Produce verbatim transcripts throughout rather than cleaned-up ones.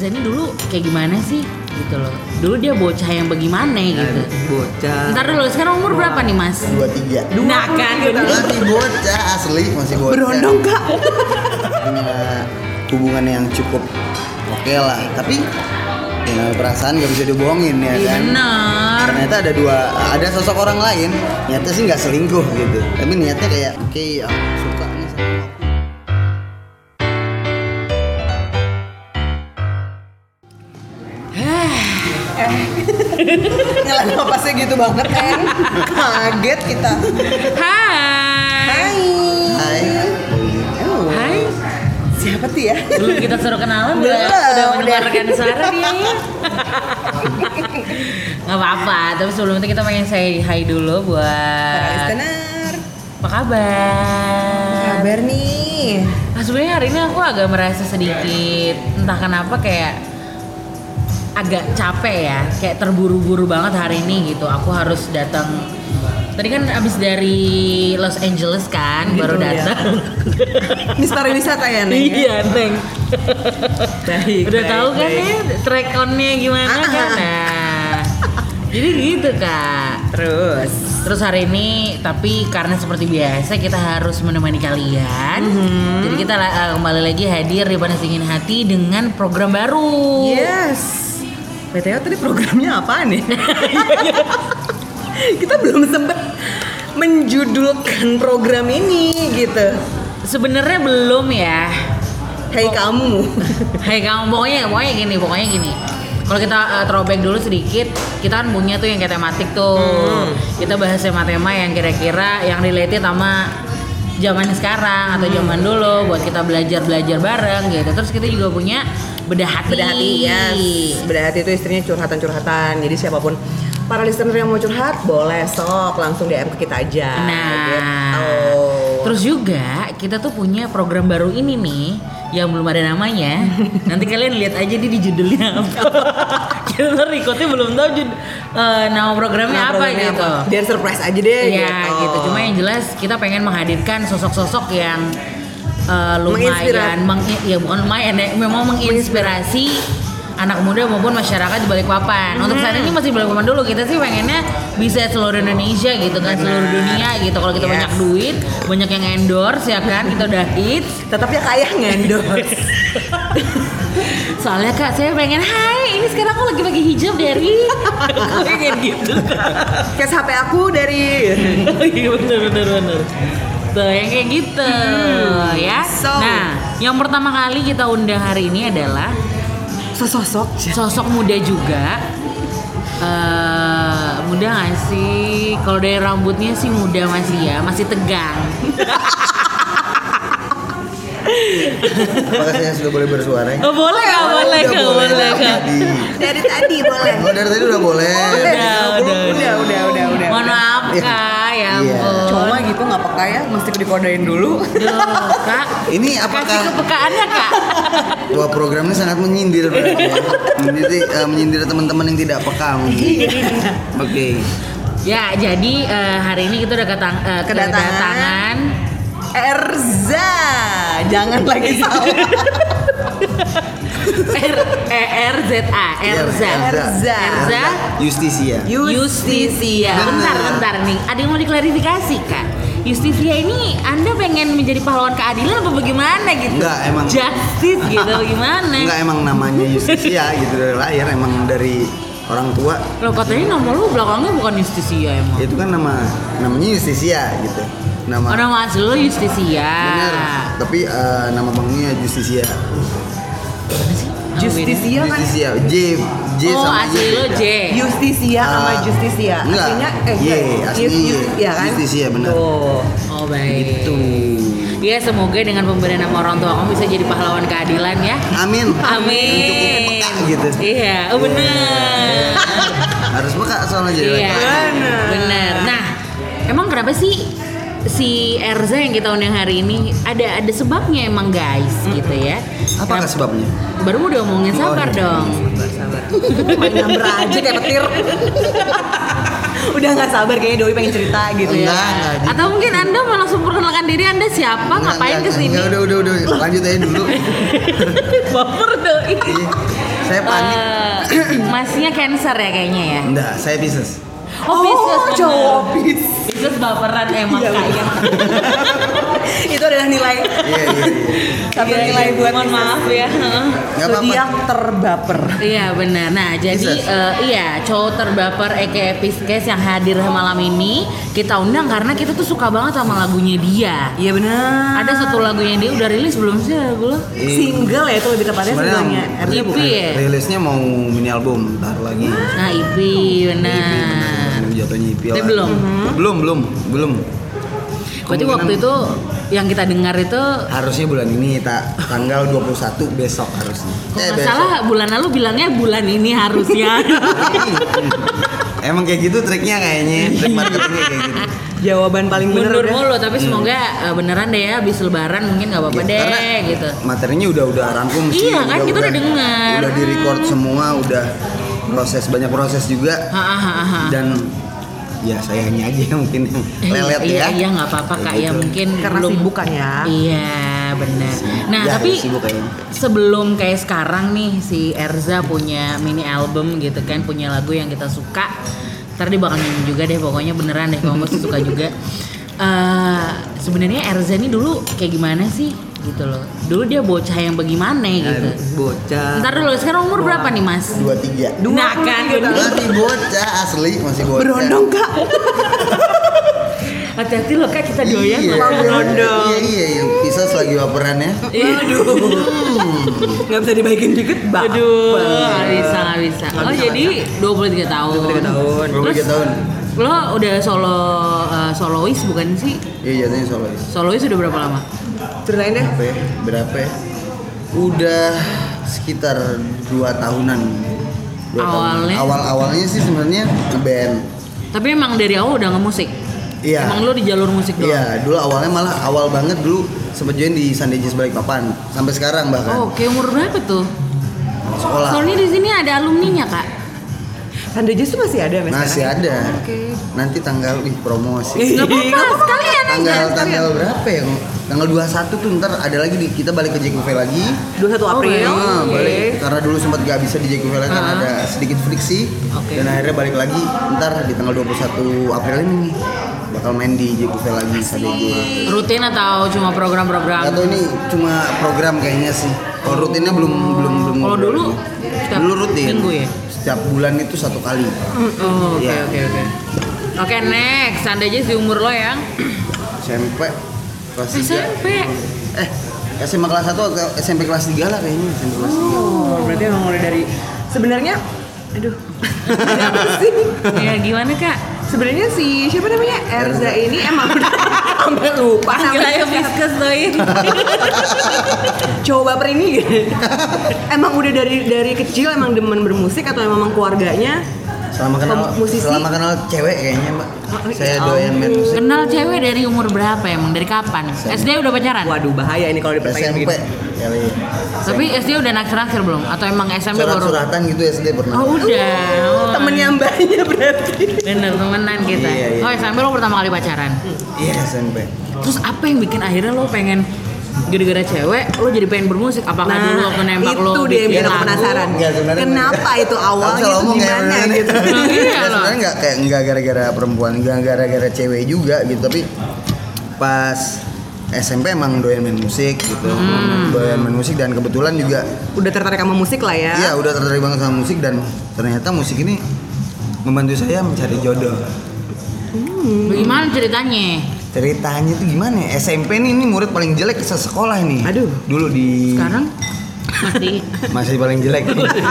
Erza ini dulu kayak gimana sih gitu loh. Dulu dia bocah yang bagaimana gitu. Bocah. Ntar dulu, sekarang umur berapa nih Mas? dua puluh tiga. Nah kan Masih bocah asli, masih bocah. Berondong Kak. Punya hubungan yang cukup oke lah, tapi ya perasaan gak bisa dibohongin ya kan. Bener. Ternyata ada dua, ada sosok orang lain. Niatnya sih nggak selingkuh gitu, tapi niatnya kayak oke okay, aku suka nih sama aku. Ngelan napasnya gitu banget kan. Kaget kita. Hai. Hai. Hai. Oh. Hai. Siapa tuh ya? Belum kita suruh kenalan udah, Belum, udah mengeluarkan suara dia ya. Gak apa-apa, tapi sebelum itu kita pengen say hi dulu buat Para listener. apa kabar? Kabar nih. Nah, sebenarnya hari ini aku agak merasa sedikit entah kenapa kayak agak capek ya, kayak terburu-buru banget hari ini gitu. Aku harus datang. Tadi kan abis dari Los Angeles kan, Gitu, baru ya. datang. Ini story wisata ya Neng? Iya Neng. Baik. Udah baik, tahu kan baik. ya track on-nya gimana Ah, kan? ah. Nah, jadi gitu Kak. Terus. Terus hari ini, tapi karena seperti biasa kita harus menemani kalian. Mhm. Jadi kita uh, kembali lagi hadir di Panas Dingin Hati dengan program baru. Yes. B T W tadi programnya apaan ya? Kita belum sempet menjudulkan program ini gitu. Sebenarnya belum ya. Hei kamu. Hai kamu, pokoknya pokoknya gini, pokoknya gini. Kalau kita uh, throwback dulu sedikit, kita kan punya tuh yang kayak tematik tuh. Hmm. Kita bahas tema-tema yang kira-kira yang related sama zaman sekarang atau zaman dulu buat kita belajar-belajar bareng gitu. Terus kita juga punya bedah hati. Bedah hati, yes. Bedah hati itu istrinya curhatan-curhatan. Jadi siapapun para listener yang mau curhat, boleh sok langsung D M ke kita aja. Nah, gitu. terus juga kita tuh punya program baru ini nih yang belum ada namanya. Nanti kalian lihat aja di judulnya apa. Kita recordnya belum tahu jud, uh, nama programnya Nah, apa programnya gitu. apa? Biar surprise aja deh. Iya gitu. Cuma yang jelas kita pengen menghadirkan sosok-sosok yang uh, lumayan, meng, ya bukan lumayan ya, memang menginspirasi anak muda maupun masyarakat di Balikpapan. Untuk saat ini masih Balikpapan dulu. Kita sih pengennya bisa seluruh Indonesia gitu kan, seluruh dunia gitu. Kalau kita Yes. banyak duit, banyak yang endorse ya kan, kita udah hits. Tetap ya kaya ngendorse. Soalnya Kak, saya pengen, hai ini sekarang aku lagi pakai hijab dari. Aku pengen gitu. Case H P aku dari. Iya bener bener bener. Tuh yang kayak gitu ya. So. Nah, yang pertama kali kita undang hari ini adalah Sosok. sosok muda juga. Uh, muda nggak sih? Kalau dari rambutnya sih muda masih ya, masih tegang. Apakah saya sudah boleh bersuara? Oh boleh nggak? Oh, Boleh udah nggak? boleh Boleh dari nggak? tadi. Dari tadi boleh. Oh dari tadi udah boleh. Udah, udah, udah, udah, udah, udah. Mohon maaf Kak, ya Iya. ampun. Cuma gitu nggak peka ya, mesti dikodein dulu. Duh, Kak. Ini Kasih apakah kepekaannya Kak. wah programnya sangat menyindir berarti ya? Menyindir, uh, menyindir teman-teman yang tidak peka mungkin. Oke. Ya, jadi uh, hari ini kita udah ketang, uh, Kedatangan. kedatangan Erza, jangan lagi salah. R E R Z A Erza. Erza. Erza Justisia. Justisia. Benar. Bentar, bentar nih. Ada yang mau diklarifikasi Kak? Justisia ini Anda pengen menjadi pahlawan keadilan apa bagaimana gitu? Enggak, emang. Justice gitu bagaimana? Enggak emang namanya Justisia gitu dari lahir emang dari orang tua. Lo katanya nama lu belakangnya bukan Justisia emang. Itu kan nama namanya Justisia gitu. Nama. Oh, nama asli lo Justisia. Bener. Tapi uh, nama banknya Justisia. Justisia kan? Justisia. J J Oh, sama asli Y lo beda. J. Justisia sama Ah, Justisia. enggak. Aslinya eh Y, enggak. aslinya Y. Just- ya kan? Justisia, benar. Tuh. Oh, baik. Gitu. Ya, semoga dengan pemberian nama orang tua kamu bisa jadi pahlawan keadilan ya. Amin. Amin. Cukup peka gitu. Iya, oh bener. Harus peka soalnya jadi Iya, laki-laki. bener. Nah, emang kenapa sih si Erza yang kita undang hari ini ada ada sebabnya emang guys gitu ya? Apakah sebabnya? Baru udah omongin sabar iya. dong. Sabar, sabar. Main nyamber aja kayak petir. Udah nggak sabar kayaknya Doi pengen cerita gitu ya. Enggak, enggak gitu. Atau mungkin Anda mau langsung perkenalkan diri Anda siapa, Enggak, ngapain enggak, kesini? enggak, udah, udah, udah, lanjut aja dulu. Baper Doi. Iya. Saya panik. Eh, masnya Cancer ya kayaknya ya? Enggak, saya Pisces. Oh, Pisces bener. cowok Pisces. Pisces baperan emang Iya, kayaknya. Itu adalah nilai. Iya, iya, iya. Satu Iya, nilai iya. buat Mohon maaf ya. Enggak apa-apa. zodiak terbaper. Iya benar. Nah jadi Pisces. eh, iya cowok terbaper aka Pisces yang hadir malam ini kita undang karena kita tuh suka banget sama lagunya dia. Iya benar. Ada satu lagunya dia udah rilis belum sih lagu lo? Single ya itu lebih tepatnya Sebenarnya singlenya. R J E P bukan? ya? rilisnya mau mini album ntar lagi. Nah E P benar. Jatuhnya E P Tapi lah. belum. Belum, belum, belum. Berarti Kemungkinan waktu itu yang kita dengar itu harusnya bulan ini tak tanggal dua puluh satu besok harusnya. kok nggak salah bulan lalu bilangnya bulan ini harusnya. Emang kayak gitu triknya kayaknya, trik marketingnya kayak gitu. Jawaban paling bener Mundur udah. mulu tapi semoga eh, beneran deh ya habis lebaran mungkin nggak apa-apa Ya, deh karena gitu. materinya udah udah rangkum sih. Iya kan, kita udah denger. Udah di record semua, udah proses banyak proses juga. Ha, ha, ha, ha. Dan ya sayangnya aja mungkin yang Eh, lelet iya, ya. Iya nggak apa-apa Kayak kak ya gitu. mungkin Karena belum sibuk kan ya. Iya benar. Nah Ya, tapi sibuk kayaknya. sebelum kayak sekarang nih si Erza punya mini album gitu kan, punya lagu yang kita suka. Ntar dia bakal nyanyi juga deh pokoknya beneran deh kalau masih suka juga. Eh, sebenarnya Erza ini dulu kayak gimana sih gitu loh. Dulu dia bocah yang bagaimana gitu. Bocah. Ntar dulu sekarang umur berapa nih mas? dua tiga. Nah kan Masih bocah asli, masih bocah. Berondong kak. hati-hati loh kak kita doyan Iya, loh. berondong. iya, iya, iya. Pisces lagi baperan ya. Aduh. Nggak bisa dibaikin dikit bang. Aduh, nggak bisa, nggak bisa. Oh, bisa, jadi dua puluh tiga tahun. dua puluh tiga tahun. dua puluh tiga Terus, tahun. Lo udah solo uh, solois bukan sih? Iya, jatuhnya solois. Solois udah berapa lama? Ceritain deh. Berapa ya? Berapa ya? Udah sekitar dua tahunan. Dua Awalnya? Tahun. Awal-awalnya sih sebenarnya ngeband. Tapi emang dari awal udah ngemusik? Iya. Emang lo di jalur musik doang? Iya, dulu awalnya malah awal banget dulu sempet join di Sunday Jazz Balikpapan sampai sekarang bahkan. Oh, oke umur berapa tuh? Sekolah. Soalnya di sini ada alumninya kak. Sunday Jazz tuh masih ada mas? Masih ada. Oke. Nanti tanggal ih promosi. Gak apa-apa, sekalian aja. Tanggal tanggal berapa ya? Tanggal dua puluh satu tuh ntar ada lagi di kita balik ke J Q V lagi. dua puluh satu April. Ah, Oke. balik karena dulu sempat gak bisa di J Q V lagi karena Ah. ada sedikit friksi. Oke. Dan akhirnya balik lagi ntar di tanggal dua puluh satu April ini nih bakal main di J Q V lagi Sadego. Rutin atau cuma program-program? Atau ini cuma program kayaknya sih. Kalau rutinnya belum belum belum. Kalau dulu setiap dulu rutin. minggu ya? Setiap bulan itu satu kali. Oh, oke Iya. oke oke. Oke next, Sunday Jazz di umur lo yang S M P kelas S tiga. M P. Eh, S M P kelas satu atau S M P kelas tiga lah kayaknya, S M P kelas tiga. Oh, berarti emang mulai dari sebenarnya aduh. Apa sih? Ya gimana kak? Sebenarnya si siapa namanya Erza ini emang udah sampai lupa Gila namanya. ya Fiskus doin. Cowok baper ini gitu. Emang udah dari dari kecil emang demen bermusik atau emang keluarganya Selama kenal musisi? selama kenal cewek kayaknya, Mbak. Oh, Saya oh. doyan main musik. Kenal cewek dari umur berapa emang? Dari kapan? S D udah pacaran? waduh bahaya ini kalau S dipertanyakan M P begitu. kali. Tapi S D udah naksir-naksir belum? Atau emang S M P baru? Surat-suratan gitu S D pernah. Oh udah. Oh, Temennya mbaknya berarti. Bener temenan kita. Iya, iya. Oh S M P lo pertama kali pacaran. Iya, S M P. Terus apa yang bikin akhirnya lo pengen gara-gara cewek lo jadi pengen bermusik? Apakah dulu waktu nembak lo itu dia yang bikin bikin aku lagu? penasaran. Enggak, sebenarnya Kenapa itu awalnya Harusnya itu lo ngomong kayak gimana beneran. gitu? Nah, iya Nggak, loh. sebenarnya nggak kayak nggak gara-gara perempuan, nggak gara-gara cewek juga gitu, tapi pas S M P emang doyan main musik gitu, Hmm. doyan main musik dan kebetulan juga Udah tertarik sama musik lah ya. iya udah tertarik banget sama musik dan ternyata musik ini membantu saya mencari jodoh. Bagaimana ceritanya? Ceritanya tuh gimana ya? S M P nih ini murid paling jelek sekolah nih. Aduh. Dulu di Sekarang masih masih paling jelek.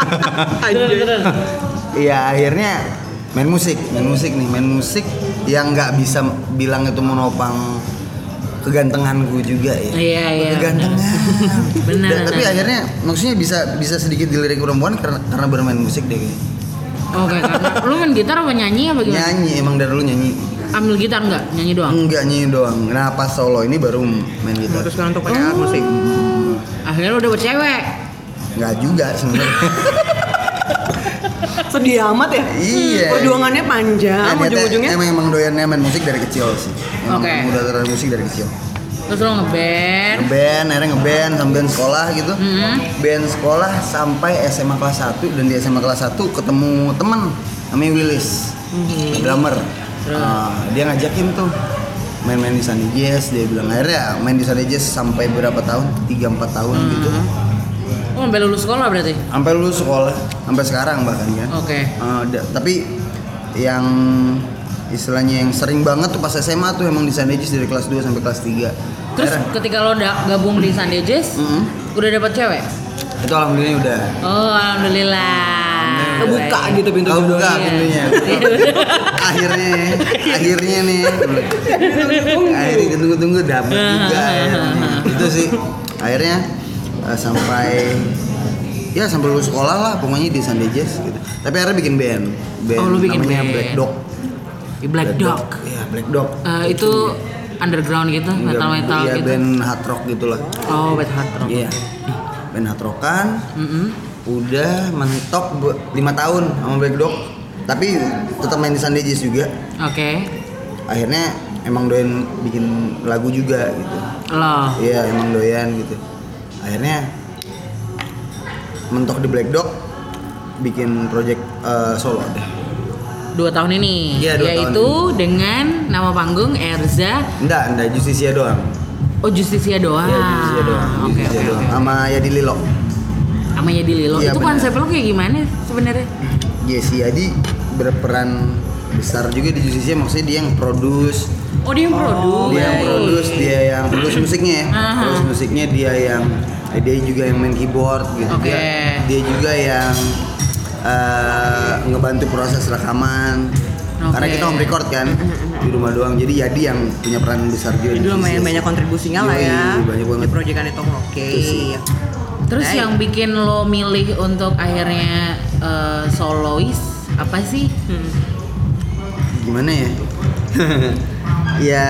Iya akhirnya main musik, main musik nih, main musik yang nggak bisa bilang itu menopang kegantenganku juga ya. Iya, iya, Kegantengan. Benar, Dan- Tapi benar. akhirnya maksudnya bisa bisa sedikit dilirik perempuan karena karena bermain musik deh kayaknya. Oke, karena lu main gitar apa nyanyi apa gimana? Nyanyi emang dari dulu nyanyi. Ambil gitar enggak? Nyanyi doang? Enggak nyanyi doang. Nah pas solo ini baru main gitar. Memutuskan untuk pakai alat musik. Akhirnya lu dapet cewek. Enggak juga sebenarnya. Sedih amat ya. Iya. Perjuangannya panjang, Nah, ujung-ujungnya. Emang emang doyannya main musik dari kecil sih. Emang Oke. udah terlalu musik dari kecil. Terus lo ngeband. Ngeband, akhirnya ngeband sampai band sekolah gitu. Mm-hmm. Band sekolah sampai S M A kelas satu dan di S M A kelas satu ketemu teman namanya Willis, Mm-hmm. drummer. Uh, dia ngajakin tuh main-main di Sunday Jazz. Dia bilang akhirnya main di Sunday Jazz sampai berapa tahun? tiga empat tahun Mm-hmm. gitu. Oh, sampai lulus sekolah berarti? Sampai lulus sekolah, sampai sekarang bahkan kan. Oke. Uh, da- tapi yang istilahnya yang sering banget tuh pas S M A tuh emang di Sunday Jazz dari kelas dua sampai kelas tiga. Terus Akhirnya, ketika lo da- gabung di Sunday Jazz, Mm-mm. udah dapat cewek? itu alhamdulillah udah. Oh, alhamdulillah. Kebuka Baik. gitu pintu Oh, buka jodohnya. pintunya. akhirnya, akhirnya nih. Akhirnya tunggu-tunggu dapet juga. akhirnya. Itu sih. Akhirnya uh, sampai ya sampai lulus sekolah lah pokoknya di Sunday Jazz gitu. Tapi akhirnya bikin band. Band Oh, lu bikin namanya band. Black Dog. Di Black Dog. Iya, Black Dog. Eh, itu underground gitu, metal-metal Iya, gitu. band hard rock gitulah. Oh, band hard rock. Iya. Band hard rockan. Mm-mm. Udah mentok lima tahun sama Black Dog. Tapi tetap main di Sunday Jazz juga. Oke. Akhirnya emang doyan bikin lagu juga gitu. Loh. Iya emang doyan gitu. Akhirnya mentok di Black Dog, bikin project uh, solo deh. Dua tahun ini, Iya, dua yaitu dengan nama panggung Erza. Enggak, enggak Justisia doang. Oh, Justisia doang. Iya Justisia doang. Oke, Justisia oke, doang. oke. Sama Yadi Lilo. Sama Yadi Lilo. Iya, Itu benar. konsep lo kayak gimana sebenarnya? Yes, Yadi berperan besar juga di Justisia, maksudnya dia yang produce. Oh, dia yang produce. Dia yang produce, dia yang produce musiknya ya. Aha. Produce musiknya dia yang dia juga yang main keyboard gitu. Oke. Dia, dia juga yang uh, ngebantu proses rekaman. Oke. Karena kita home record kan di rumah doang. Jadi Yadi yang punya peran besar juga. Jadi di lumayan Justisia. banyak kontribusinya lah Yoi, ya. banyak banget. Di proyekan itu oke. Itu sih. Terus Baik. yang bikin lo milih untuk akhirnya eh, solois apa sih? Hmm. Gimana ya? Ya,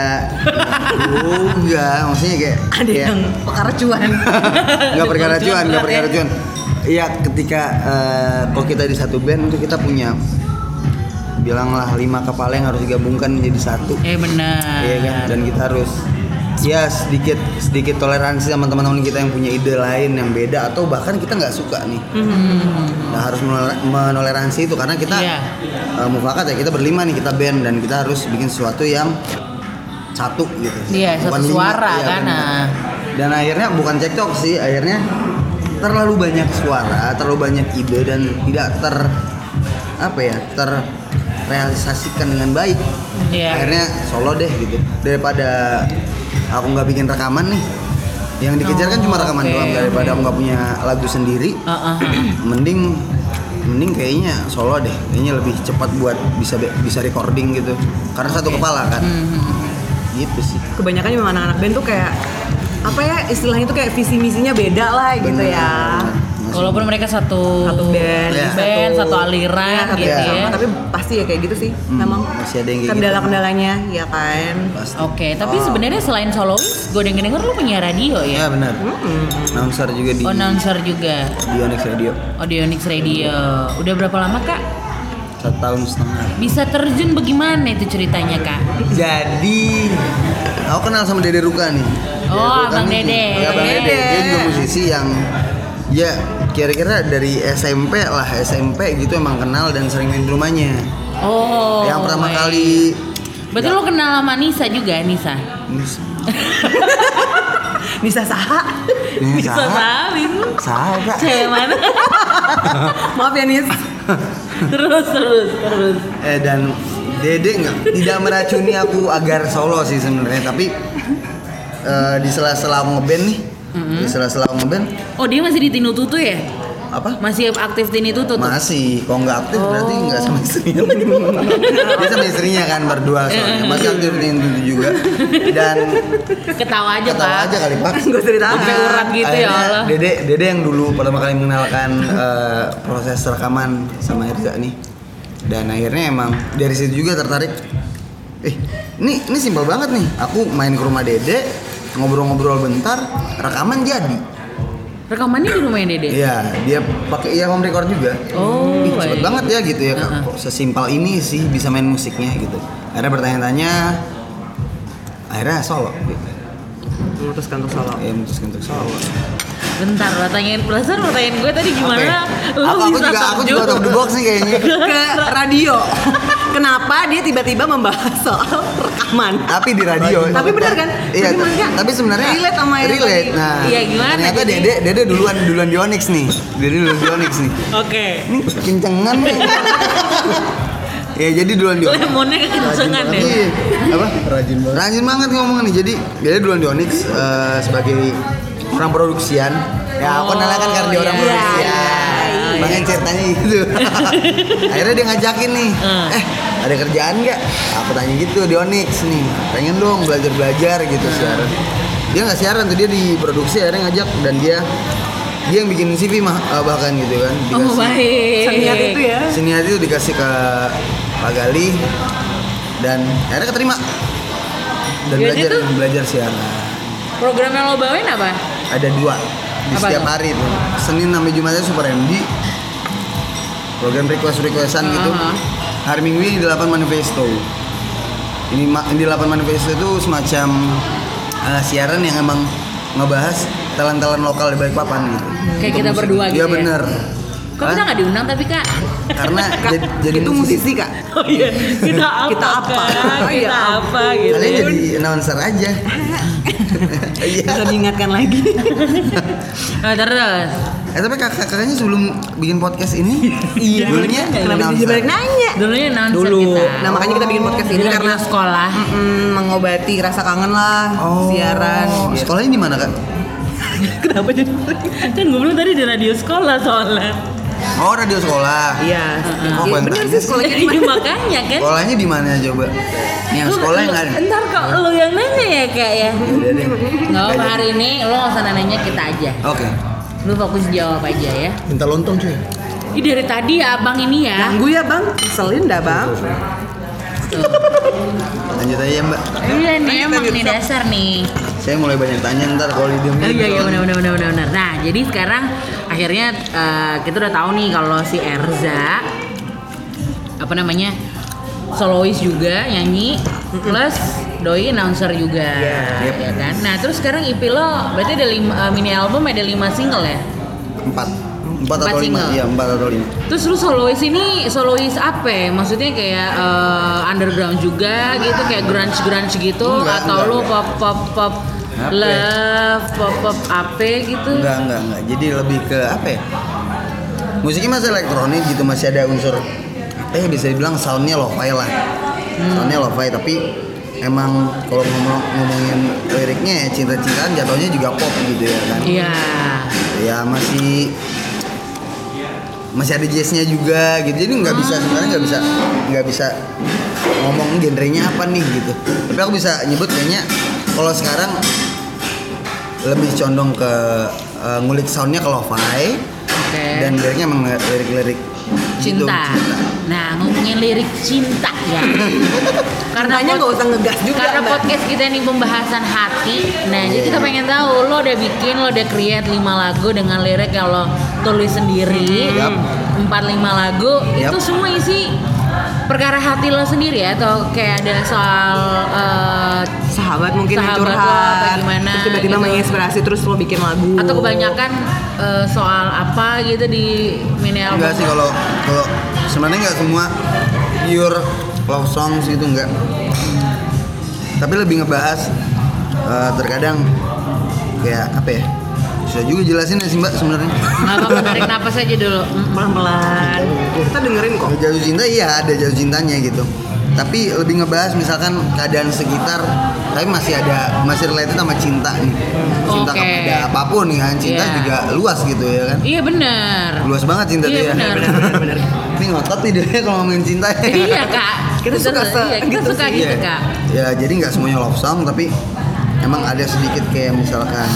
enggak, maksudnya kayak Ada kayak- yang perkara cuan. nggak perkara Cuan cuan, nggak berat perkara ya. cuan. Iya, ketika eh, kalau kita di satu band itu kita punya bilanglah lima kepala yang harus digabungkan menjadi satu. Eh benar. Iya kan? Dan kita harus ya sedikit sedikit toleransi sama teman-teman kita yang punya ide lain yang beda atau bahkan kita nggak suka nih. Nah, harus menolera- menoleransi itu karena kita Iya. eh, mufakat ya, kita berlima nih, kita band dan kita harus bikin sesuatu yang satu gitu. Iya, satu Bukan lima. suara Iya, kan, benar. nah. Dan akhirnya bukan cekcok sih, akhirnya terlalu banyak suara, terlalu banyak ide dan tidak ter apa ya terrealisasikan dengan baik. Iya. Akhirnya solo deh gitu, daripada aku nggak bikin rekaman nih, yang dikejar kan Oh, cuma rekaman oke, doang, daripada oke. aku nggak punya lagu sendiri. Heeh. mending mending kayaknya solo deh, kayaknya lebih cepat buat bisa bisa recording gitu karena satu kepala kan. Gitu sih. Kebanyakan memang anak-anak band tuh kayak apa ya istilahnya tuh kayak visi misinya beda lah gitu Bener, ya. bener. Masih- Walaupun mereka satu Satu band, Iya. band, satu aliran Iya, satu gitu sama, ya. tapi pasti ya kayak gitu sih. Hmm, Memang masih ada yang kayak kendala-kendalanya ya kan. Pasti. Oke, tapi Oh. sebenarnya selain solois, gue denger-denger lu punya radio Ya ya? benar. Announcer juga di Oh, announcer juga. di Onyx Radio. Oh, di Onyx Radio. Udah berapa lama, Kak? Satu tahun setengah. Bisa terjun bagaimana itu ceritanya, Kak? Jadi aku kenal sama Dede Ruka nih. Oh, Ruka Abang nih. Dede. Ya, Abang Dede. Dede. Dia juga musisi yang ya kira-kira dari S M P lah, S M P gitu emang kenal dan sering main di rumahnya. Oh. yang pertama baik. kali Berarti lo kenal sama Nisa juga, Nisa? Bisa saha. Nisa Saha? Salim. Saha, Kak? Cewek mana? Maaf ya Nis. terus, terus, terus. Eh dan Dede nggak tidak meracuni aku agar solo sih sebenarnya, tapi eh, di sela-sela aku ngeband nih, di sela-sela aku ngeband Oh, dia masih di Tinu Tutu ya? apa? Masih aktif di Tinu Tutu? Masih, kalau nggak aktif berarti Oh. nggak sama istrinya. Dia sama istrinya kan berdua soalnya, masih aktif di itu juga. Dan Ketawa aja, ketawa Pak. aja kali Pak. Gue cerita. Sampai urat gitu ya Akhirnya Allah. Dede, Dede yang dulu pertama kali mengenalkan eh, proses rekaman sama Erza nih. Dan akhirnya emang dari situ juga tertarik. Eh, ini ini simpel banget nih. Aku main ke rumah Dede, ngobrol-ngobrol bentar, rekaman jadi. Rekamannya di rumahnya Dede? Iya, dia pakai iya home record juga. Oh, Ih, cepet baik. banget ya gitu ya. Uh-huh. Kok sesimpel ini sih bisa main musiknya gitu. Akhirnya bertanya-tanya, akhirnya solo. Gitu. Memutuskan untuk solo. Ya memutuskan untuk solo. Bentar, lo tanyain perasaan lo tanyain gue tadi gimana? Apa ya? Lo Aku, aku bisa juga aku takjub. juga out of the box nih kayaknya. Ke radio. Kenapa dia tiba-tiba membahas soal rekaman? Tapi di radio. Tapi benar kan? Iya, Tapi maksudnya tapi sebenarnya relate sama yang relate. tadi. Nah, Iya, gimana ternyata jadi? Dede Dede duluan duluan di Onyx nih. Dede duluan di Onyx nih. Oke. Ini kencengan nih. Ya jadi duluan di Onyx. Lemonnya kekencengan ya. Iya. Apa? Rajin banget. Rajin banget ngomongnya nih. Jadi dia duluan di Onyx eh, sebagai orang produksian. Ya aku Oh, kenalnya kan karena dia orang iya, produksian. iya, iya. Bang ceritanya gitu. Akhirnya dia ngajakin nih. Hmm. Eh, ada kerjaan nggak? Aku tanya gitu di Onyx nih. Pengen dong belajar-belajar gitu siaran. Dia nggak siaran tuh, dia di produksi akhirnya ngajak dan dia dia yang bikin C V mah eh, bahkan gitu kan. Oh baik. Seniat itu ya. Seniat itu dikasih ke Pak Gali dan akhirnya keterima dan Jadi belajar tuh- belajar siaran. Program yang lo bawain apa? Ada dua di Apa setiap tuh? hari tuh. Senin sampai Jumatnya Super M D. Program request requestan gitu. Uh-huh. Hari Minggu ini delapan manifesto. Ini ma- ini delapan manifesto itu semacam uh, siaran yang emang ngebahas talent-talent lokal di Balikpapan gitu. Kayak Untuk kita musik. berdua gitu Iya ya? bener. Kok kita nggak diundang tapi kak? Karena jadi, jadi Itu musisi Kak. Oh iya. Kita apa? Kita apa? Kak? Oh, iya, Kita apa? apa gitu? Kalian jadi announcer aja. Iya. Bisa diingatkan lagi. Nah, terus. Eh tapi kakak-kakaknya sebelum bikin podcast ini, Iya. dulunya Kenapa announcer. jadi balik nanya? Dulunya announcer Dulu. kita. Nah, makanya kita bikin podcast ini Di radio karena sekolah. Mm, mengobati rasa kangen lah, Oh, siaran. Gitu. Sekolahnya di mana kak? Kenapa jadi? Kan gue bilang tadi di radio sekolah soalnya. Oh radio sekolah. Iya. Oh, Iya, bukan bener tanya sih sekolah kita di Iya mana? makanya kan. Sekolahnya di mana coba? Yang Lu- sekolah yang lu- ada. Ntar kok lu yang nanya ya kak ya. Udah deh. Nggak apa hari ini lo nggak usah nanya kita aja. Oke. Lu fokus jawab aja ya. Minta lontong cuy. Ih dari tadi ya abang ini ya. Ganggu ya bang, keselin dah bang. Lanjut aja mbak. Iya nih emang nih dasar nih. Saya mulai banyak tanya ntar kalau di diem. Oh iya iya benar benar benar benar benar. Nah jadi sekarang akhirnya eh, kita udah tahu nih kalau si Erza apa namanya solois juga nyanyi plus doi announcer juga Yep. ya kan. Nah terus sekarang I P lo berarti ada lima, eh, mini album ada lima single ya. Empat. Empat Empat atau lima? single. Iya empat atau lima. Terus lu solois ini solois apa? ya? Maksudnya kayak eh, underground juga gitu kayak grunge grunge gitu Enggak, atau enggak, lu enggak. pop pop pop Apa? love pop pop apa gitu? Enggak enggak enggak. Jadi lebih ke apa ya? Musiknya masih elektronik gitu, masih ada unsur apa ya bisa dibilang soundnya lo-fi lah. Soundnya lo-fi tapi emang kalau ngomong ngomongin liriknya ya cinta-cintaan jatuhnya juga pop gitu ya kan. Iya. Ya masih masih ada jazznya juga gitu, jadi nggak bisa sebenarnya nggak bisa nggak bisa ngomong genrenya apa nih gitu, tapi aku bisa nyebut kayaknya kalau sekarang lebih condong ke uh, ngulik soundnya ke lo-fi Oke. dan liriknya emang lirik-lirik gitu, Cinta. Nah ngomongin lirik cinta ya. Karena Makanya pod- nggak usah ngegas juga. Karena Mbak. podcast kita ini pembahasan hati. Nah jadi kita pengen tahu lo udah bikin lo udah create lima lagu dengan lirik yang lo tulis sendiri. Yap. Empat lima lagu Yap. itu semua isi perkara hati lo sendiri ya atau kayak ada soal eh, Sahabat mungkin yang Sahabat lo curhat, apa gimana terus tiba-tiba gitu. menginspirasi terus lo bikin lagu. atau kebanyakan eh, soal apa gitu di mini album? enggak sih kalau kalau sebenarnya nggak semua pure love songs gitu enggak, tapi lebih ngebahas uh, terkadang kayak apa ya, susah juga jelasin ya sih mbak sebenarnya. Nggak apa-apa tarik napas aja dulu. Mm. pelan-pelan. Kita dengerin kok. Jatuh cinta iya ada jatuh cintanya gitu, tapi lebih ngebahas misalkan keadaan sekitar tapi masih ada masih related sama cinta nih, cinta Oke. kepada apapun nih kan, cinta Iya. juga luas gitu ya kan, Iya benar. luas banget cinta Iya tuh ya. benar. Bener. Ini ngotot nih dia kalau ngomongin cinta ya. Iya kak. Kita suka se- iya, kita gitu suka sih. gitu Iya. kak. Ya jadi nggak semuanya love song tapi emang ada sedikit kayak misalkan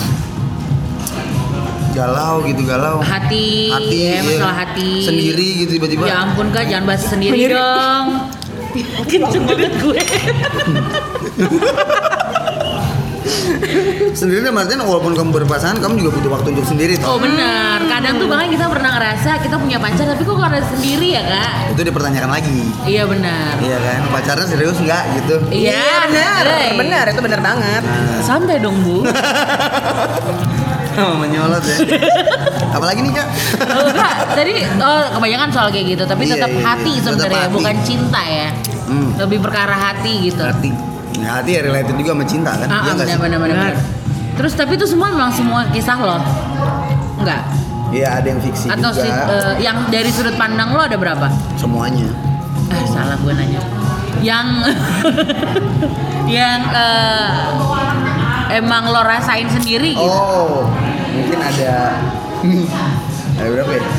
galau gitu galau. Hati, Hati, ya, iya. masalah hati. Sendiri gitu tiba-tiba. Ya ampun kak, jangan bahas sendiri Sendiri. dong. Kenceng banget gue. sendiri dalam artian walaupun kamu berpasangan, kamu juga butuh waktu untuk sendiri toh. Oh benar. Kadang tuh bahkan kita pernah ngerasa kita punya pacar tapi kok karena sendiri ya kak? Itu dipertanyakan lagi. Iya benar. Iya kan, pacarnya serius nggak gitu? Iya benar, benar. benar itu benar banget. Nah. Santai dong bu. Oh, menyolot ya. Apalagi nih kak? Oh enggak, tadi oh kebanyakan soal kayak gitu, tapi Iya, tetap iya, hati iya. sebenarnya, Tetap hati. bukan cinta ya. Hmm. Lebih perkara hati gitu. Hati. Nah, hati ya related juga sama cinta kan? Ah, Iya ah, nggak sih? benar, benar, benar. Terus tapi itu semua memang semua kisah lo? Enggak? Iya ada yang fiksi Atau juga. si, eh, yang dari sudut pandang lo ada berapa? Semuanya. Eh salah gue nanya. Yang yang eh, emang lo rasain sendiri gitu? Oh, mungkin ada. Ada berapa ya?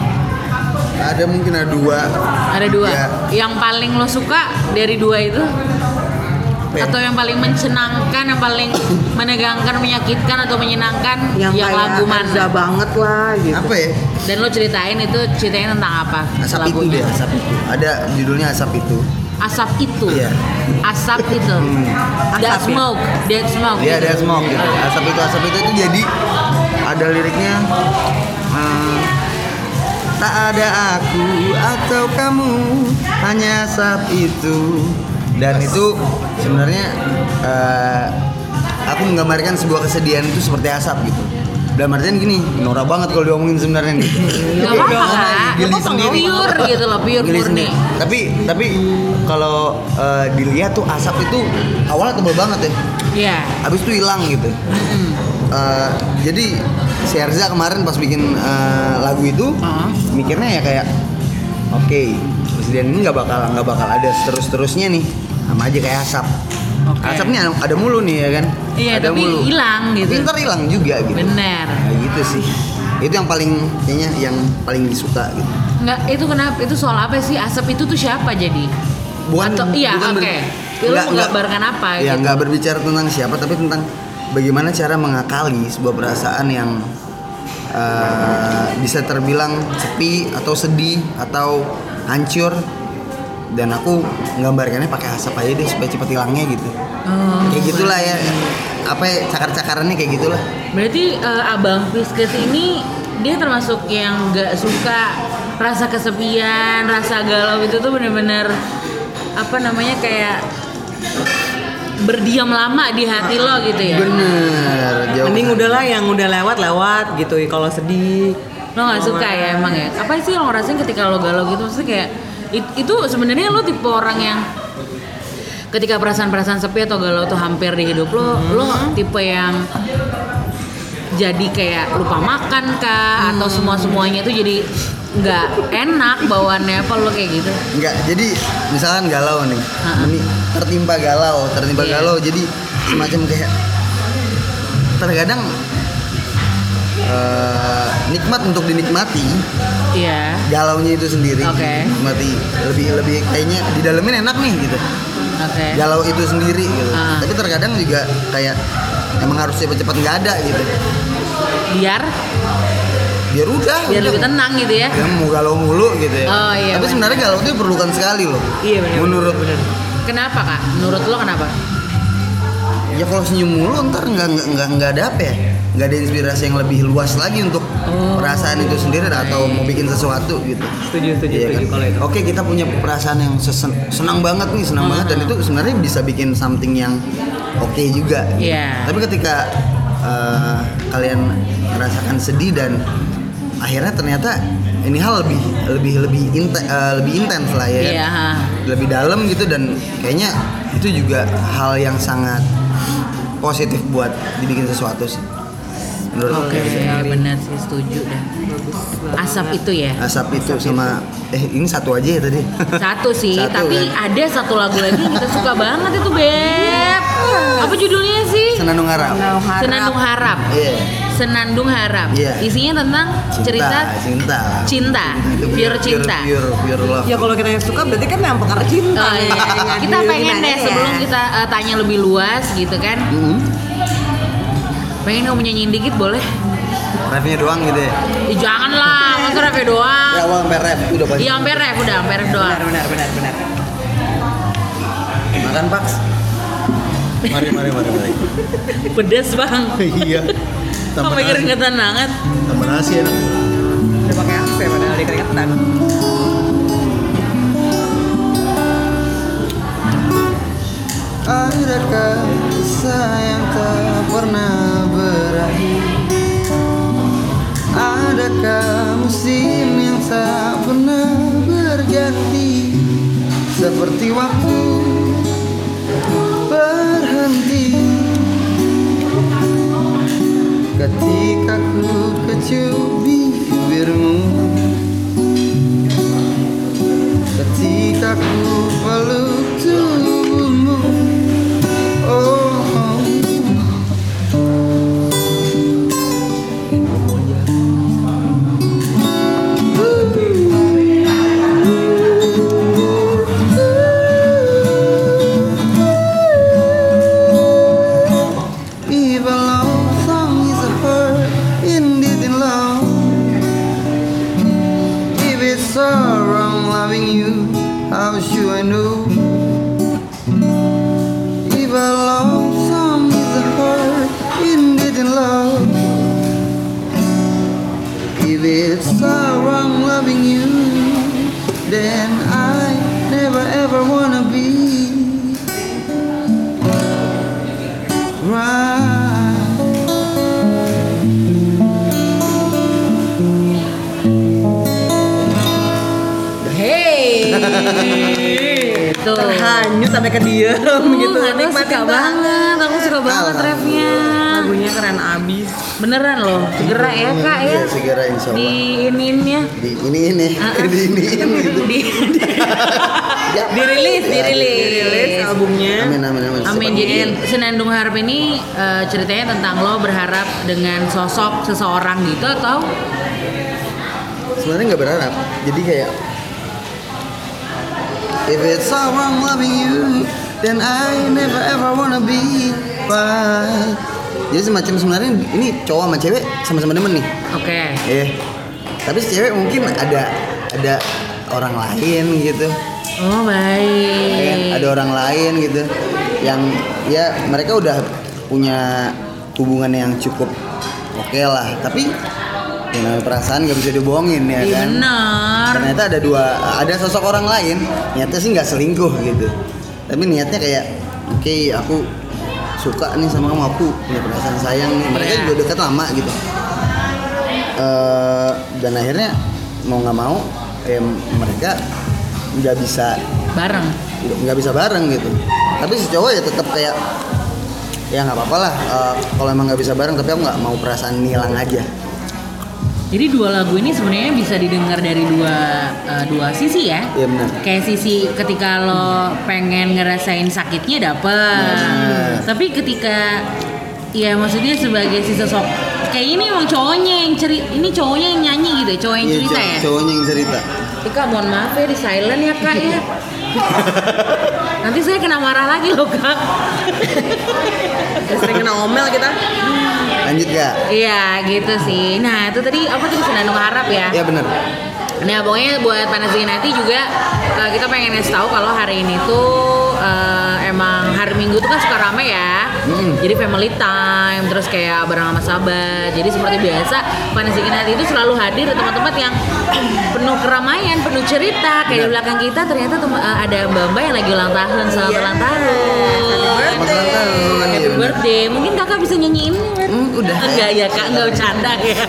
Ada mungkin ada dua. Ada dua. Ya. Yang paling lo suka dari dua itu? Apa ya? Atau yang paling menyenangkan, yang paling menegangkan, menyakitkan atau menyenangkan? Yang, yang kayak lagu Hanza mana? banget lah gitu. Apa ya? Dan lo ceritain itu ceritanya tentang apa? Asap itu lagunya? dia, asap itu. Ada judulnya asap itu. Asap itu. Iya. Asap itu. That Asap ya? smoke, that smoke. Iya gitu. ada smoke gitu. Asap itu, asap itu itu jadi ada liriknya. eh, tak ada aku atau kamu, hanya asap itu. Dan itu sebenarnya eh, aku menggambarkan sebuah kesedihan itu seperti asap gitu. Dalam artian gini, norak banget kalau diomongin sebenarnya nih. Gak apa-apa kak. Geli Gak apa-apa, sendiri. pure gitu loh, pure Geli murni. sendiri. Tapi tapi kalau eh, dilihat tuh asap itu awalnya tebal banget ya. Iya. Habis itu hilang gitu. Eh, jadi si Erza kemarin pas bikin eh, lagu itu Uh-huh. mikirnya ya kayak oke, presiden ini nggak bakal nggak bakal ada terus terusnya nih, sama aja kayak asap. Oke. Asapnya ada mulu nih ya kan? Iya, ada tapi hilang gitu. Tapi ntar hilang juga gitu. Bener. Kayak gitu sih. Itu yang paling kayaknya yang paling disuka gitu. Nggak, itu kenapa? Itu soal apa sih? Asap itu tuh siapa jadi? Bukan Atau iya, bukan oke. ber- Ya, lu nggak- menggambarkan nggak- apa Ya gitu? nggak berbicara tentang siapa, tapi tentang bagaimana cara mengakali sebuah perasaan yang eh, bisa terbilang sepi atau sedih atau hancur. Dan aku menggambarkannya pakai asap aja deh supaya cepat hilangnya gitu. Oh, Kayak gitulah ya. Apa ya, cakar-cakarannya kayak gitulah. berarti eh, Abang Pisces ini dia termasuk yang nggak suka rasa kesepian, rasa galau itu tuh bener-bener apa namanya kayak berdiam lama di hati lo gitu ya? Bener. Jauh. Mending udahlah yang udah lewat lewat gitu. Kalau sedih Lo nggak suka ya emang ya? Apa sih lo ngerasain ketika lo galau gitu? Maksudnya kayak it- itu sebenarnya lo tipe orang yang ketika perasaan-perasaan sepi atau galau tuh hampir di hidup lo, lo tipe yang jadi kayak lupa makan kah atau semua semuanya tuh jadi nggak enak bawaannya apa lo kayak gitu? Enggak, jadi misalkan galau nih, Ha-ha. meni- tertimpa galau, tertimpa Iya. galau, jadi semacam kayak terkadang eh, nikmat untuk dinikmati, Iya. galaunya itu sendiri, Oke. nikmati lebih lebih kayaknya di dalamin enak nih gitu, Oke. galau itu sendiri gitu. Ha. Tapi terkadang juga kayak emang harus cepet-cepet nggak ada gitu, Biar biar udah, biar udah. lebih tenang gitu ya. Ya mau galau mulu gitu ya. Oh, iya, Tapi bener. sebenarnya galau itu diperlukan sekali loh. Iya, bener, Menurut Kenapa kak? Menurut lo kenapa? ya kalau senyum mulu ntar nggak nggak nggak nggak ada apa ya, nggak ada inspirasi yang lebih luas lagi untuk Oh. perasaan itu sendiri atau mau bikin sesuatu gitu. Setuju, setuju, Iya setuju kan? kalau itu. Oke, kita punya perasaan yang sesen- senang banget nih, senang banget, dan itu sebenarnya bisa bikin something yang oke juga. gitu. Iya. Tapi ketika eh, kalian merasakan sedih dan akhirnya ternyata ini hal lebih lebih lebih inten, eh, lebih intens lah ya kan? Iya. ha. Lebih dalam gitu, dan kayaknya itu juga hal yang sangat positif buat dibikin sesuatu sih menurut Oke, aku. benar sih setuju dah. Asap itu ya. Asap itu sama eh ini satu aja ya tadi. Satu sih, Satu, tapi kan? ada satu lagu lagi yang kita suka banget itu Beb. Apa judulnya sih? Senandung Harap. Senandung Harap. Iya. Senandung Harap. Iya. Isinya tentang Cinta, cerita cinta. cinta, Itu pure cinta. Pure, pure love. Ya kalau kita yang suka berarti kan yang perkara cinta. Oh iya, Nggak kita di- pengen gimana deh ya? sebelum kita eh, tanya lebih luas gitu kan. Mm-hmm. Pengen kamu nyanyiin dikit boleh? Refnya doang gitu ya. Ih, janganlah, masa ref doang. Ya awal sampai ref udah pasti. Iya, sampai ref udah, sampai ref doang. Benar, benar, benar, benar. Makan Pax. Mari mari mari mari. Pedas bang. Iya. Sampai keringetan banget. Tambah nasi enak. Udah pakai A C padahal di keringetan. Adakah kisah yang tak pernah berakhir? Adakah musim yang tak pernah berganti? Seperti waktu berhenti ketika ku kecup bibirmu, ketika ku peluk tubuhmu. Oh, oh. If a love song is a hurt, indeed in love. If it's so wrong loving you, how should I know? If a love song is a hurt, indeed in love. If it's so wrong loving you, then I never ever wanna be right. Hey. Tuh. Terhanyut sampai ke diam gitu. Aku suka banget, aku suka banget refnya. Lagunya keren abis. Beneran loh, segera ya kak ya. Iya, segera insya Allah. Di iniinnya. Di ini ini, Uh-uh. di ini ini gitu. Di, di, Ya. dirilis, Ya, dirilis. Dirilis albumnya. Amin amin amin. Amin. Cepat. Jadi Senandung Harap ini eh, ceritanya tentang lo berharap dengan sosok seseorang gitu atau? Sebenarnya nggak berharap. Jadi kayak if it's so wrong loving you, then I never ever wanna be right. Jadi semacam sebenarnya ini cowok sama cewek sama-sama demen nih. Oke. Eh, tapi si cewek mungkin ada ada orang lain gitu. Oh Kan baik. ada orang lain gitu yang ya mereka udah punya hubungan yang cukup oke lah, tapi ya namanya perasaan gak bisa dibohongin ya Iya, kan. benar. Ternyata ada dua, ada sosok orang lain niatnya sih nggak selingkuh gitu, tapi niatnya kayak oke okay, aku suka nih sama kamu, aku punya perasaan sayang nih. Mereka Iya. juga dekat lama gitu. Eh, dan akhirnya mau nggak mau eh, mereka nggak bisa Bareng. nggak bisa bareng gitu. Tapi si cowok ya tetap kayak ya nggak apa-apa lah eh, kalau emang nggak bisa bareng, tapi aku nggak mau perasaan hilang aja. Jadi dua lagu ini sebenarnya bisa didengar dari dua eh, dua sisi ya. Iya benar. Kayak sisi ketika lo pengen ngerasain sakitnya dapet. Nah. Tapi ketika ya maksudnya sebagai si sosok kayak ini emang cowoknya yang ceri ini cowoknya yang nyanyi gitu ya, cowok yang Iya, cerita cow- ya. cowoknya yang cerita. Ih, Kak, mohon maaf ya di silent ya kak ya. Nanti saya kena marah lagi loh kak. Sering kena omel kita. Lanjut gak? Iya gitu sih. Nah itu tadi apa tadi Senandung Harap ya. Iya benar. Nah pokoknya buat Panas Dingin Hati juga uh, kita pengen ngasih tahu kalau hari ini tuh uh, emang hari Minggu tuh kan suka rame ya. Mm. Jadi family time, terus kayak bareng sama sahabat. Jadi seperti biasa Panas Dingin Hati itu selalu hadir di tempat-tempat yang penuh keramaian, penuh cerita. Kayak di belakang kita ternyata tem- uh, ada mbak-mbak yang lagi ulang tahun, selamat Yes. ulang tahun. Selamat ulang tahun. Happy Iya, benar. birthday. Mungkin kakak bisa nyanyiin? Hmm, udah. Enggak ya kak, enggak bercanda ya.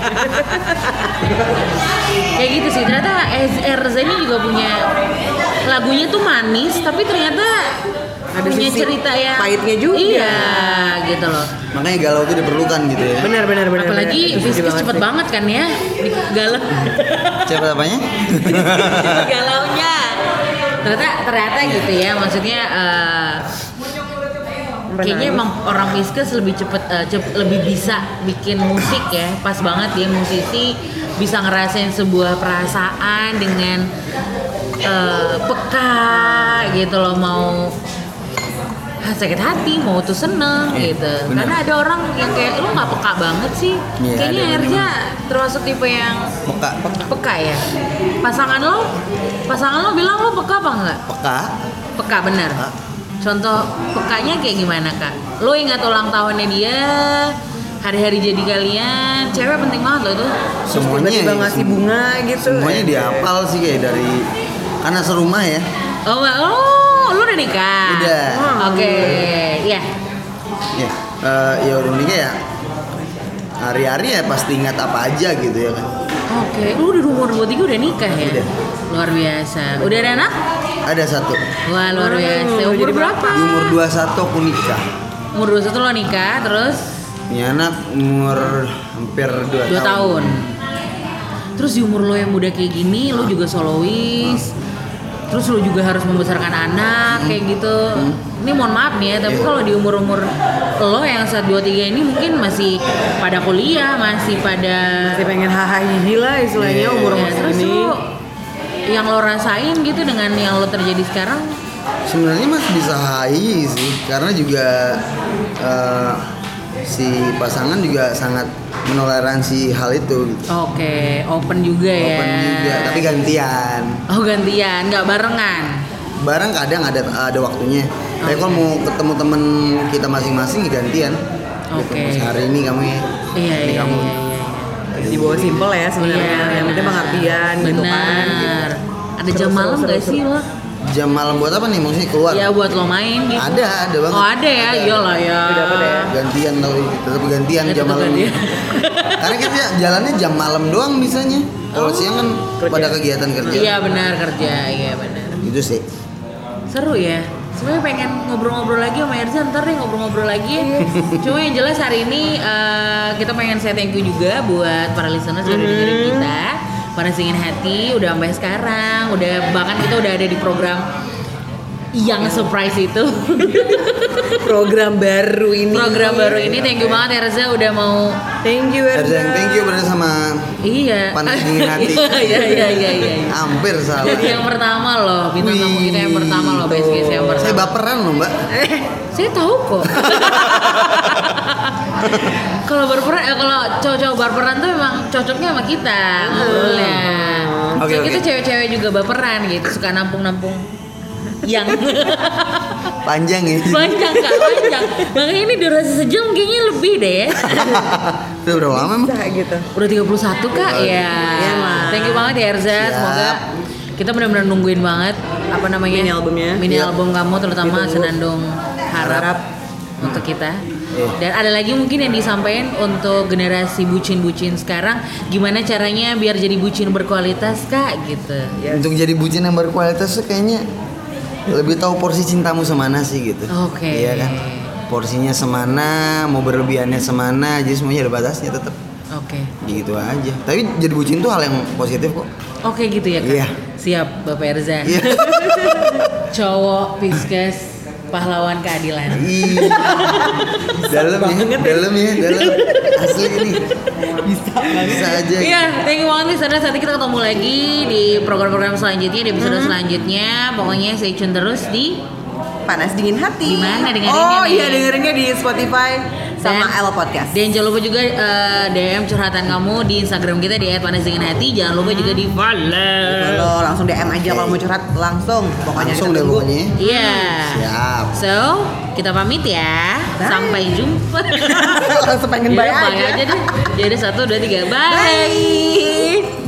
Kayak gitu sih. Ternyata Erza ini juga punya lagunya tuh manis, tapi ternyata Ada punya sisi cerita yang pahitnya juga. Iya, gitu loh. Makanya galau itu diperlukan gitu ya. Benar benar benar. Apalagi benar. Setuju bisnis cepet sih. banget kan ya, di galau. Siapa apanya? Galaunya. Ternyata ternyata gitu ya, maksudnya eh, kayaknya emang orang Pisces lebih cepet, eh, cep- lebih bisa bikin musik ya, pas banget dia musisi bisa ngerasain sebuah perasaan dengan eh, peka gitu loh, mau ah, sakit hati, mau tuh seneng Iya, gitu. bener. Karena ada orang yang kayak lu nggak peka banget sih. Iya, Kayaknya ada Erja termasuk tipe yang Peka, peka, peka ya. Pasangan lo, pasangan lo bilang lo peka apa enggak? peka. Peka bener. Peka. Contoh pekanya kayak gimana kak? Lo ingat ulang tahunnya dia, hari-hari jadi kalian, cewek penting banget loh itu. Semuanya tiba-tiba ngasih bunga gitu. Semuanya dihafal sih kayak dari karena serumah ya. Oh, oh lu udah nikah? Udah. Oke, okay. Iya. Ya, uh, ya udah nikah ya. Hari-hari ya pasti ingat apa aja gitu ya kan. Oke, okay. Lu udah umur dua puluh tiga udah nikah ya? Udah. Luar biasa. Udah ada anak? Ada satu. Wah, luar biasa. Hmm, Umur berapa? Di umur dua puluh satu aku nikah. Umur dua puluh satu lo nikah, terus? Punya anak umur hampir dua dua tahun. tahun. Terus di umur lo yang muda kayak gini, lo juga solois. Terus lo juga harus membesarkan anak, hmm. kayak gitu. Hmm. Ini mohon maaf nih ya, tapi yeah. kalau di umur-umur lo yang saat dua puluh tiga ini mungkin masih pada kuliah, masih pada masih pengen hahaha lah istilahnya yeah. umur-umur ya, ini. Yang lo rasain gitu dengan yang lo terjadi sekarang? Sebenarnya masih bisa hai sih, karena juga uh, si pasangan juga sangat menoleransi hal itu. Gitu. Oke, open juga ya. Open juga, tapi gantian. Oh gantian, nggak barengan? Bareng kadang ada ada waktunya. Tapi kalau mau ketemu temen kita masing-masing gantian. Oke. Okay. Gitu. Hari ini kamu ya. Iya ini iya, kamu. iya iya iya. Dibawa simpel ya sebenarnya. Iya, yang penting pengertian gitu kan. Benar. Ada jam malam nggak sih lo? Jam malam buat apa nih? Maksudnya keluar? Ya buat lo main gitu. Ada, ada banget. Oh ada ya, iyalah ya. Udah apa deh? Gantian tapi tetap gantian Ya, jam tetap malam. gantian. Karena kita jalannya jam malam doang bisanya. Kalau Oh. siang kan Kerja. pada kegiatan kerja. Iya benar kerja, iya benar. Itu sih. Seru ya. Sebenarnya pengen ngobrol-ngobrol lagi sama Erza, ntar deh ngobrol-ngobrol lagi ya. Cuma yang jelas hari ini uh, kita pengen say thank you juga buat para listeners yang udah dengerin kita, para Singin Hati udah sampai sekarang, udah bahkan kita udah ada di program yang surprise itu. Program baru ini. Program baru ini, thank you banget Erza udah mau. Thank you Erza. Erza, thank you bener sama Iya. Panas Dingin Hati. Iya iya iya iya. Hampir salah. Jadi yang pertama loh, bintang tamu kita yang pertama loh, best guest yang pertama. Saya baperan loh mbak. Eh, saya tahu kok. Kalau berperan, eh, kalau cowok-cowok berperan tuh memang cocoknya sama kita ngobrolnya. Oke, So, oke. kita cewek-cewek juga baperan gitu, suka nampung-nampung. Yang Panjang ya. panjang kak, panjang. Makanya ini durasi sejam kayaknya lebih deh ya. Udah berapa lama emang? Bisa gitu. Udah tiga puluh satu kak ya. Iya, Mas. Thank you banget ya Erza. Siap. Semoga kita benar-benar nungguin banget apa namanya Mini albumnya. Mini Iya. album kamu terutama Ditunggu. Senandung Harap, Harap. untuk kita. Iya. Dan ada lagi mungkin yang disampaikan untuk generasi bucin-bucin sekarang, gimana caranya biar jadi bucin berkualitas kak gitu. Yes. Untuk jadi bucin yang berkualitas tuh kayaknya lebih tahu porsi cintamu semana sih gitu. Oke. Iya kan? Porsinya semana, mau berlebihannya semana, jadi semuanya ada batasnya tetap. Oke. Gitu aja. Tapi jadi bucin tuh hal yang positif kok. Oke gitu ya kak. Iya. Siap Bapak Erza. Iya. Cowok Pisces pahlawan keadilan. Ih. Dalam ya, dalam ya, dalam. Asli ini. Bisa, bisa aja. Iya, thank you banget listeners. Nanti kita ketemu lagi di program-program selanjutnya, di episode selanjutnya. Pokoknya stay tune terus di Panas Dingin Hati. Di mana dengerinnya Oh nih? iya dengerinnya di Spotify sama Dan- L Podcast. Dan jangan lupa juga eh, D M curhatan kamu di Instagram kita di et panas dingin hati. Jangan lupa juga di follow. Kalau langsung D M aja kalau mau curhat langsung. Pokoknya Langsung kita deh tunggu. pokoknya. Iya. Siap. So, kita pamit ya. Bye. Sampai jumpa. Langsung pengen Ya, bye bye aja. aja deh. Jadi satu, dua, tiga, bye.